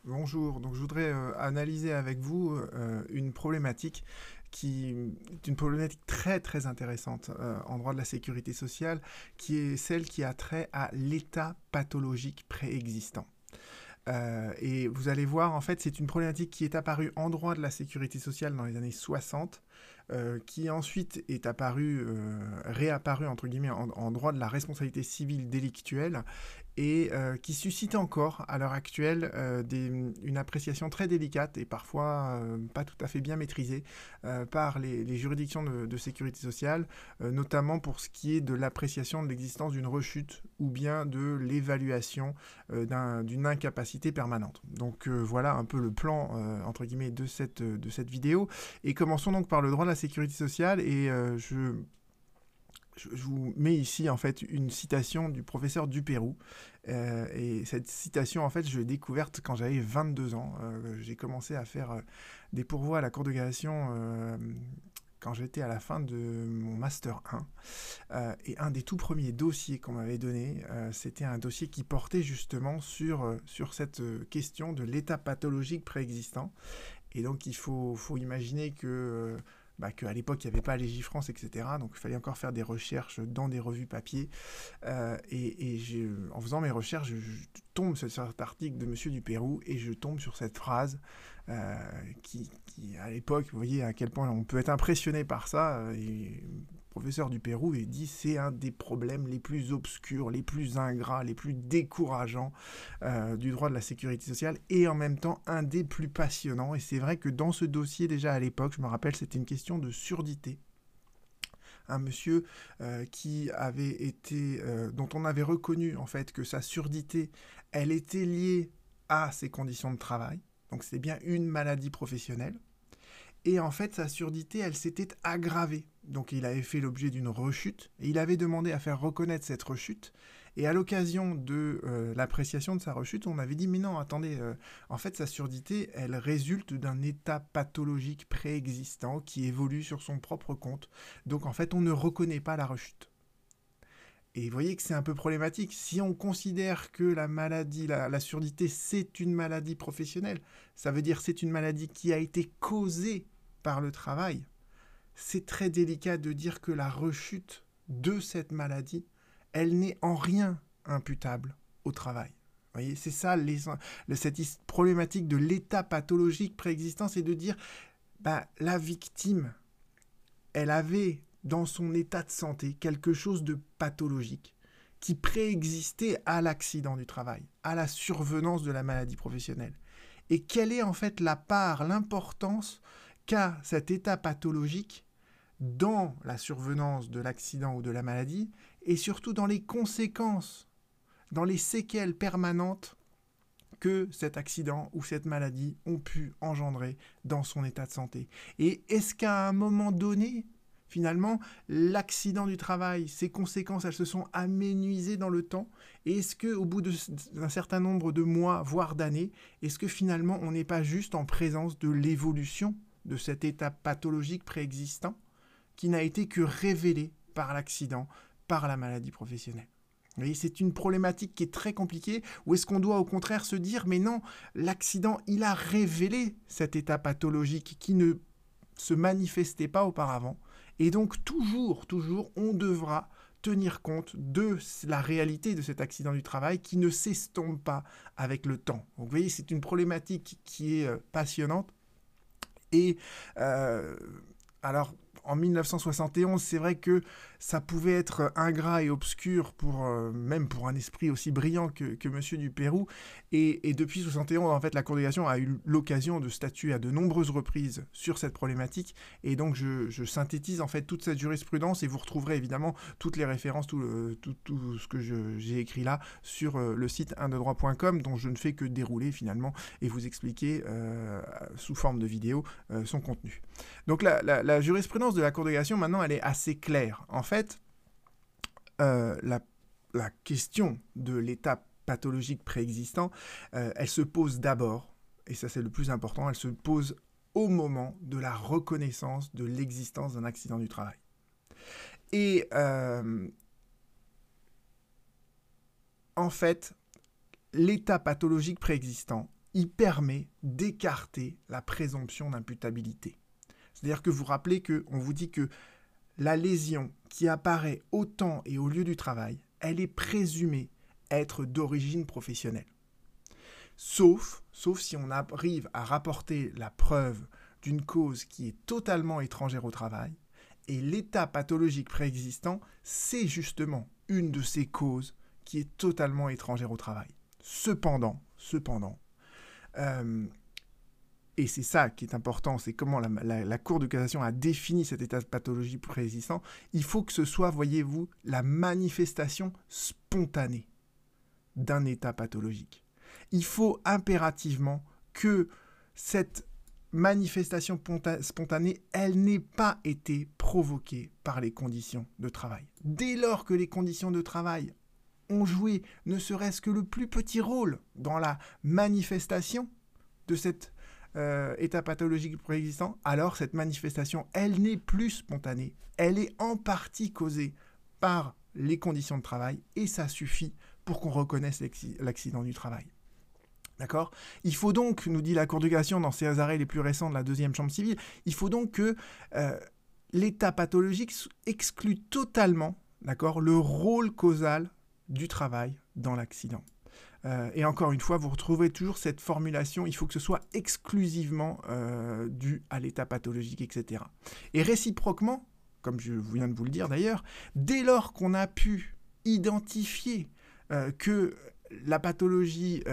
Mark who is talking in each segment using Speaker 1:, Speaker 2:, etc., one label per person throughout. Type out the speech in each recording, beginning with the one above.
Speaker 1: Bonjour, donc je voudrais analyser avec vous une problématique qui est une problématique très très intéressante en droit de la sécurité sociale, qui est celle qui a trait à l'état pathologique préexistant. Et vous allez voir, en fait, c'est une problématique qui est apparue en droit de la sécurité sociale dans les années 60, qui ensuite est réapparue, entre guillemets, en droit de la responsabilité civile délictuelle, et qui suscite encore, à l'heure actuelle, une appréciation très délicate et parfois pas tout à fait bien maîtrisée par les juridictions de sécurité sociale, notamment pour ce qui est de l'appréciation de l'existence d'une rechute ou bien de l'évaluation d'une incapacité permanente. Donc voilà un peu le plan, entre guillemets, de cette vidéo. Et commençons donc par le droit de la sécurité sociale, et je vous mets ici en fait une citation du professeur Dupérou. Et cette citation, en fait, je l'ai découverte quand j'avais 22 ans. J'ai commencé à faire des pourvois à la Cour de cassation quand j'étais à la fin de mon Master 1. Et un des tout premiers dossiers qu'on m'avait donné, c'était un dossier qui portait justement sur cette question de l'état pathologique préexistant. Et donc faut imaginer qu'à l'époque, il n'y avait pas Légifrance, etc. Donc il fallait encore faire des recherches dans des revues papier. En faisant mes recherches, je tombe sur cet article de Monsieur Dupérou et je tombe sur cette phrase qui, à l'époque, vous voyez à quel point on peut être impressionné par ça. Et le professeur Dupérou dit c'est un des problèmes les plus obscurs, les plus ingrats, les plus décourageants du droit de la sécurité sociale, et en même temps un des plus passionnants. Et c'est vrai que dans ce dossier, déjà à l'époque, je me rappelle, c'était une question de surdité. Un monsieur dont on avait reconnu en fait que sa surdité, elle était liée à ses conditions de travail. Donc c'était bien une maladie professionnelle. Et en fait, sa surdité, elle s'était aggravée. Donc il avait fait l'objet d'une rechute, et il avait demandé à faire reconnaître cette rechute. Et à l'occasion de l'appréciation de sa rechute, on avait dit, mais non, attendez, en fait, sa surdité, elle résulte d'un état pathologique préexistant qui évolue sur son propre compte. Donc en fait, on ne reconnaît pas la rechute. Et vous voyez que c'est un peu problématique. Si on considère que la maladie, la surdité, c'est une maladie professionnelle, ça veut dire que c'est une maladie qui a été causée par le travail. C'est très délicat de dire que la rechute de cette maladie, elle n'est en rien imputable au travail. Vous voyez, c'est ça cette problématique de l'état pathologique préexistant, c'est de dire la victime, elle avait dans son état de santé quelque chose de pathologique qui préexistait à l'accident du travail, à la survenance de la maladie professionnelle. Et quelle est en fait la part, l'importance qu'a cet état pathologique dans la survenance de l'accident ou de la maladie, et surtout dans les conséquences, dans les séquelles permanentes que cet accident ou cette maladie ont pu engendrer dans son état de santé. Et est-ce qu'à un moment donné, finalement, l'accident du travail, ses conséquences, elles se sont aménuisées dans le temps? Et est-ce qu'au bout d'un certain nombre de mois, voire d'années, est-ce que finalement, on n'est pas juste en présence de l'évolution de cet état pathologique préexistant qui n'a été que révélé par l'accident, par la maladie professionnelle? Vous voyez, c'est une problématique qui est très compliquée, ou est-ce qu'on doit au contraire se dire, mais non, l'accident, il a révélé cet état pathologique qui ne se manifestait pas auparavant, et donc toujours, on devra tenir compte de la réalité de cet accident du travail qui ne s'estompe pas avec le temps. Donc vous voyez, c'est une problématique qui est passionnante, et alors, en 1971, c'est vrai que ça pouvait être ingrat et obscur même pour un esprit aussi brillant que Monsieur Dupérou. Et depuis 1971, en fait, la Cour de cassation a eu l'occasion de statuer à de nombreuses reprises sur cette problématique. Et donc, je synthétise en fait toute cette jurisprudence, et vous retrouverez évidemment toutes les références, tout ce que j'ai écrit là sur le site indedroit.com, dont je ne fais que dérouler finalement et vous expliquer sous forme de vidéo son contenu. Donc la jurisprudence de la Cour de cassation, maintenant, elle est assez claire. En fait, la question de l'état pathologique préexistant, elle se pose d'abord, et ça c'est le plus important, elle se pose au moment de la reconnaissance de l'existence d'un accident du travail. Et en fait, l'état pathologique préexistant, il permet d'écarter la présomption d'imputabilité. C'est-à-dire que vous vous rappelez qu'on vous dit que la lésion qui apparaît au temps et au lieu du travail, elle est présumée être d'origine professionnelle. Sauf si on arrive à rapporter la preuve d'une cause qui est totalement étrangère au travail, et l'état pathologique préexistant, c'est justement une de ces causes qui est totalement étrangère au travail. Cependant, et c'est ça qui est important, c'est comment la Cour de cassation a défini cet état de pathologie préexistant, il faut que ce soit, voyez-vous, la manifestation spontanée d'un état pathologique. Il faut impérativement que cette manifestation spontanée, elle n'ait pas été provoquée par les conditions de travail. Dès lors que les conditions de travail ont joué ne serait-ce que le plus petit rôle dans la manifestation de cet état pathologique préexistant, alors cette manifestation, elle n'est plus spontanée, elle est en partie causée par les conditions de travail et ça suffit pour qu'on reconnaisse l'accident du travail. D'accord ? Il faut donc, nous dit la Cour de cassation dans ses arrêts les plus récents de la deuxième chambre civile, il faut donc que l'état pathologique exclue totalement, d'accord, le rôle causal du travail dans l'accident. Et encore une fois, vous retrouvez toujours cette formulation, il faut que ce soit exclusivement dû à l'état pathologique, etc. Et réciproquement, comme je viens de vous le dire d'ailleurs, dès lors qu'on a pu identifier que la pathologie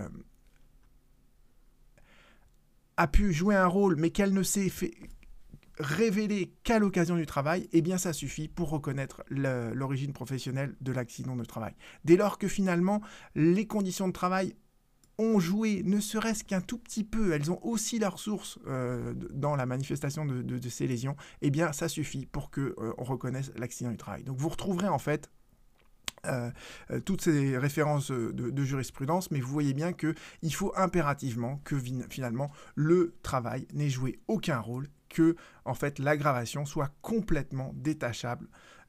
Speaker 1: a pu jouer un rôle, mais qu'elle ne s'est fait révéler qu'à l'occasion du travail, eh bien ça suffit pour reconnaître l'origine professionnelle de l'accident de travail. Dès lors que finalement, les conditions de travail ont joué, ne serait-ce qu'un tout petit peu, elles ont aussi leur source dans la manifestation de ces lésions, eh bien ça suffit pour qu'on reconnaisse l'accident du travail. Donc vous retrouverez en fait toutes ces références de jurisprudence, mais vous voyez bien qu'il faut impérativement que finalement le travail n'ait joué aucun rôle, que en fait l'aggravation soit complètement détachable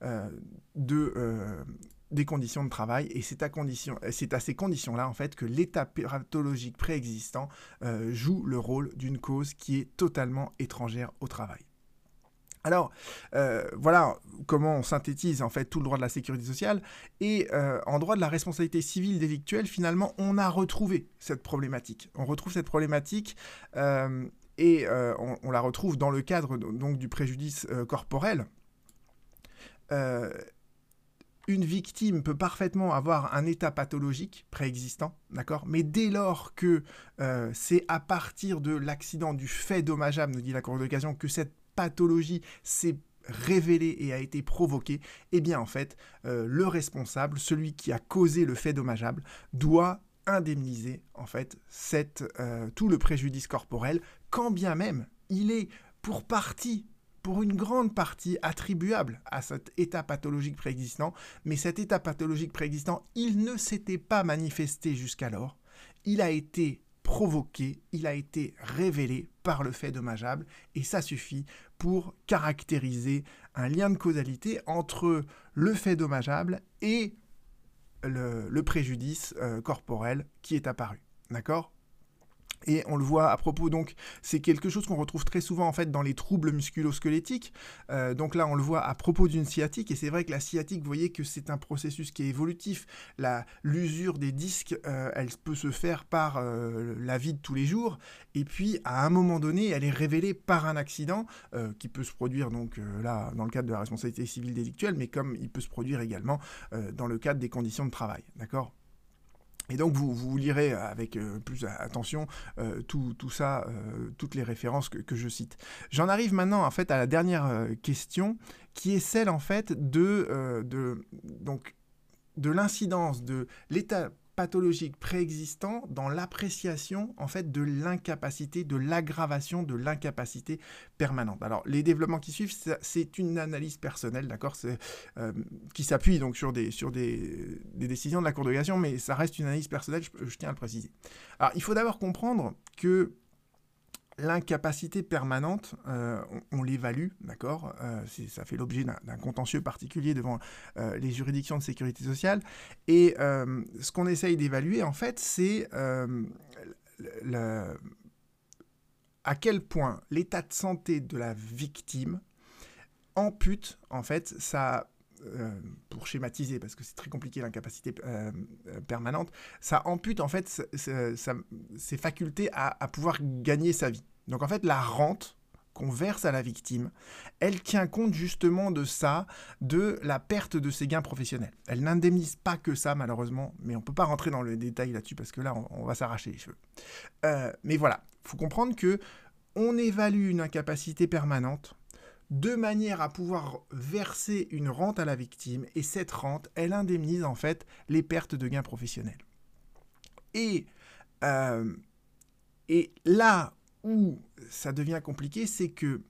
Speaker 1: des conditions de travail, et c'est à ces conditions-là en fait que l'état pathologique préexistant joue le rôle d'une cause qui est totalement étrangère au travail. Alors, voilà comment on synthétise en fait tout le droit de la sécurité sociale, et en droit de la responsabilité civile délictuelle, finalement, on a retrouvé cette problématique. On retrouve cette problématique et on la retrouve dans le cadre donc du préjudice corporel. Une victime peut parfaitement avoir un état pathologique préexistant, d'accord ? Mais dès lors que c'est à partir de l'accident, du fait dommageable, nous dit la Cour de cassation, que cette pathologie s'est révélée et a été provoquée, eh bien en fait, le responsable, celui qui a causé le fait dommageable, doit indemniser en fait tout le préjudice corporel, quand bien même il est pour une grande partie attribuable à cet état pathologique préexistant, mais cet état pathologique préexistant, il ne s'était pas manifesté jusqu'alors, il a été provoqué, il a été révélé par le fait dommageable, et ça suffit pour caractériser un lien de causalité entre le fait dommageable et le préjudice corporel qui est apparu. D'accord ? Et on le voit à propos, donc, c'est quelque chose qu'on retrouve très souvent en fait dans les troubles musculo-squelettiques. Donc là, on le voit à propos d'une sciatique, et c'est vrai que la sciatique, vous voyez que c'est un processus qui est évolutif. L'usure des disques, elle peut se faire par la vie de tous les jours, et puis à un moment donné, elle est révélée par un accident qui peut se produire donc là dans le cadre de la responsabilité civile délictuelle, mais comme il peut se produire également dans le cadre des conditions de travail, d'accord ? Et donc vous lirez avec plus attention tout ça, toutes les références que je cite. J'en arrive maintenant en fait à la dernière question, qui est celle en fait de l'incidence de l'état pathologique préexistant dans l'appréciation en fait de l'incapacité, de l'aggravation de l'incapacité permanente. Alors les développements qui suivent, c'est une analyse personnelle, d'accord, qui s'appuie donc sur des décisions de la Cour de cassation, mais ça reste une analyse personnelle, je tiens à le préciser. Alors il faut d'abord comprendre que l'incapacité permanente, on l'évalue, d'accord, ça fait l'objet d'un contentieux particulier devant les juridictions de sécurité sociale, et ce qu'on essaye d'évaluer, en fait, c'est à quel point l'état de santé de la victime ampute, en fait, pour schématiser, parce que c'est très compliqué l'incapacité permanente, ça ampute, en fait, ses facultés à pouvoir gagner sa vie. Donc, en fait, la rente qu'on verse à la victime, elle tient compte justement de ça, de la perte de ses gains professionnels. Elle n'indemnise pas que ça, malheureusement, mais on ne peut pas rentrer dans le détail là-dessus, parce que là, on va s'arracher les cheveux. Mais voilà, il faut comprendre que on évalue une incapacité permanente de manière à pouvoir verser une rente à la victime, et cette rente, elle indemnise en fait les pertes de gains professionnels. Et là où ça devient compliqué, c'est que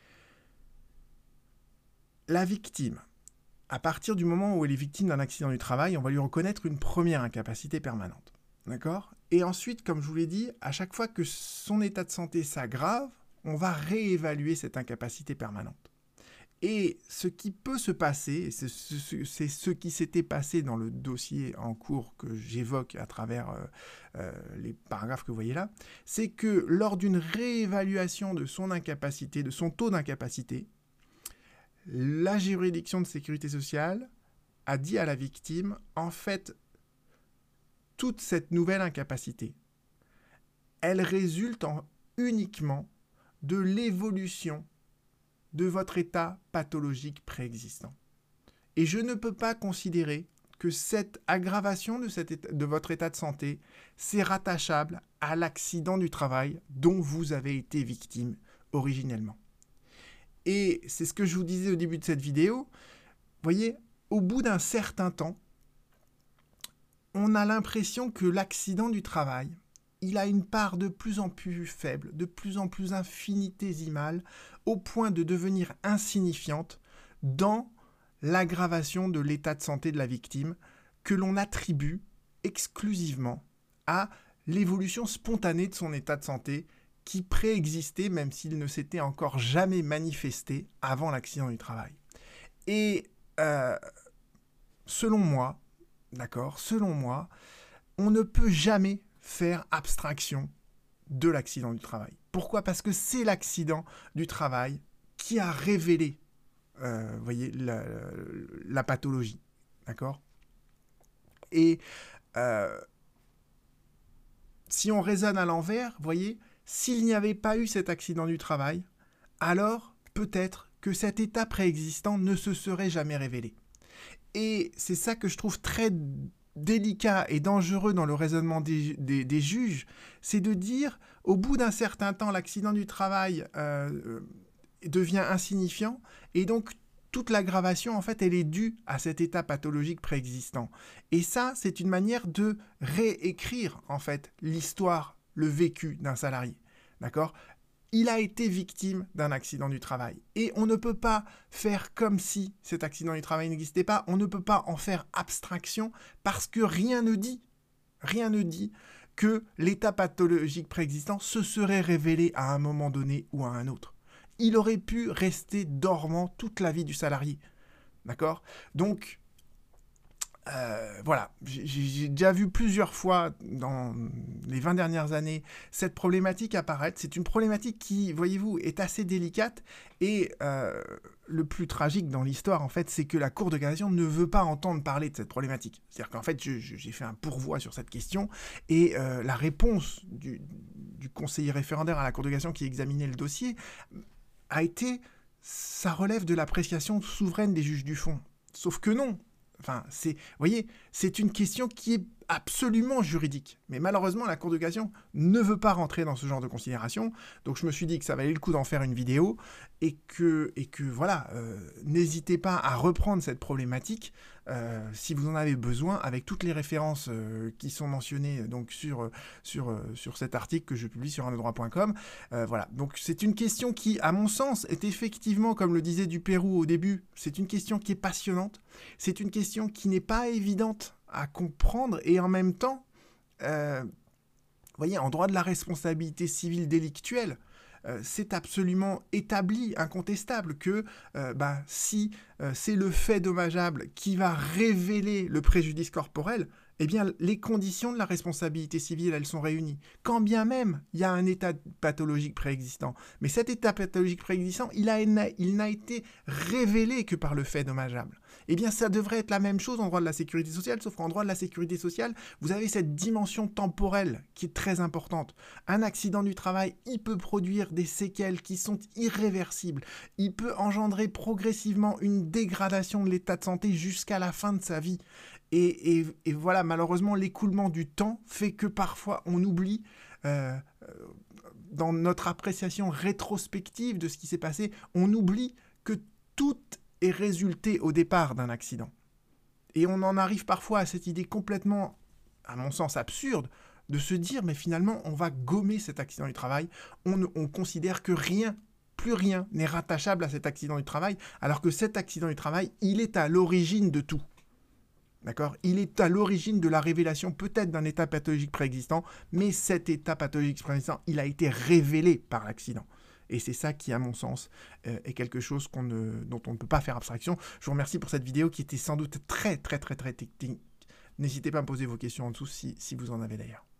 Speaker 1: la victime, à partir du moment où elle est victime d'un accident du travail, on va lui reconnaître une première incapacité permanente. D'accord ? Et ensuite, comme je vous l'ai dit, à chaque fois que son état de santé s'aggrave, on va réévaluer cette incapacité permanente. Et ce qui peut se passer, c'est ce qui s'était passé dans le dossier en cours que j'évoque à travers les paragraphes que vous voyez là, c'est que lors d'une réévaluation de son incapacité, de son taux d'incapacité, la juridiction de sécurité sociale a dit à la victime, en fait, toute cette nouvelle incapacité, elle résulte uniquement de l'évolution de votre état pathologique préexistant. Et je ne peux pas considérer que cette aggravation de votre état de santé, c'est rattachable à l'accident du travail dont vous avez été victime originellement. Et c'est ce que je vous disais au début de cette vidéo. Vous voyez, au bout d'un certain temps, on a l'impression que l'accident du travail, il a une part de plus en plus faible, de plus en plus infinitésimale, au point de devenir insignifiante dans l'aggravation de l'état de santé de la victime que l'on attribue exclusivement à l'évolution spontanée de son état de santé qui préexistait même s'il ne s'était encore jamais manifesté avant l'accident du travail. Et selon moi, on ne peut jamais faire abstraction de l'accident du travail. Pourquoi ? Parce que c'est l'accident du travail qui a révélé voyez, la pathologie. D'accord ? Et si on raisonne à l'envers, voyez, s'il n'y avait pas eu cet accident du travail, alors peut-être que cet état préexistant ne se serait jamais révélé. Et c'est ça que je trouve très délicat et dangereux dans le raisonnement des juges, c'est de dire, au bout d'un certain temps, l'accident du travail devient insignifiant, et donc toute l'aggravation, en fait, elle est due à cet état pathologique préexistant. Et ça, c'est une manière de réécrire, en fait, l'histoire, le vécu d'un salarié. D'accord ? Il a été victime d'un accident du travail. Et on ne peut pas faire comme si cet accident du travail n'existait pas. On ne peut pas en faire abstraction parce que rien ne dit que l'état pathologique préexistant se serait révélé à un moment donné ou à un autre. Il aurait pu rester dormant toute la vie du salarié. D'accord ? Donc, voilà, j'ai déjà vu plusieurs fois dans les 20 dernières années cette problématique apparaître. C'est une problématique qui, voyez-vous, est assez délicate et le plus tragique dans l'histoire, en fait, c'est que la Cour de cassation ne veut pas entendre parler de cette problématique. C'est-à-dire qu'en fait, j'ai fait un pourvoi sur cette question et la réponse du conseiller référendaire à la Cour de cassation qui examinait le dossier a été, ça relève de l'appréciation souveraine des juges du fond. Sauf que non. Enfin, vous voyez, c'est une question qui est absolument juridique. Mais malheureusement, la Cour de cassation ne veut pas rentrer dans ce genre de considération. Donc je me suis dit que ça valait le coup d'en faire une vidéo et que voilà, n'hésitez pas à reprendre cette problématique si vous en avez besoin, avec toutes les références qui sont mentionnées donc, sur cet article que je publie sur unedroit.com. Voilà. Donc c'est une question qui, à mon sens, est effectivement, comme le disait Dupérou au début, c'est une question qui est passionnante, c'est une question qui n'est pas évidente à comprendre et en même temps, voyez, en droit de la responsabilité civile délictuelle, c'est absolument établi, incontestable, que si c'est le fait dommageable qui va révéler le préjudice corporel, eh bien, les conditions de la responsabilité civile, elles sont réunies. Quand bien même il y a un état pathologique préexistant. Mais cet état pathologique préexistant, il n'a été révélé que par le fait dommageable. Eh bien, ça devrait être la même chose en droit de la sécurité sociale, sauf qu'en droit de la sécurité sociale, vous avez cette dimension temporelle qui est très importante. Un accident du travail, il peut produire des séquelles qui sont irréversibles. Il peut engendrer progressivement une dégradation de l'état de santé jusqu'à la fin de sa vie. Et voilà, malheureusement, l'écoulement du temps fait que parfois on oublie, dans notre appréciation rétrospective de ce qui s'est passé, on oublie que tout est résulté au départ d'un accident. Et on en arrive parfois à cette idée complètement, à mon sens, absurde, de se dire, mais finalement, on va gommer cet accident du travail, on considère que rien, plus rien n'est rattachable à cet accident du travail, alors que cet accident du travail, il est à l'origine de tout. D'accord ? Il est à l'origine de la révélation peut-être d'un état pathologique préexistant, mais cet état pathologique préexistant, il a été révélé par l'accident. Et c'est ça qui, à mon sens, est quelque chose dont on ne peut pas faire abstraction. Je vous remercie pour cette vidéo qui était sans doute très technique. N'hésitez pas à me poser vos questions en dessous si vous en avez d'ailleurs.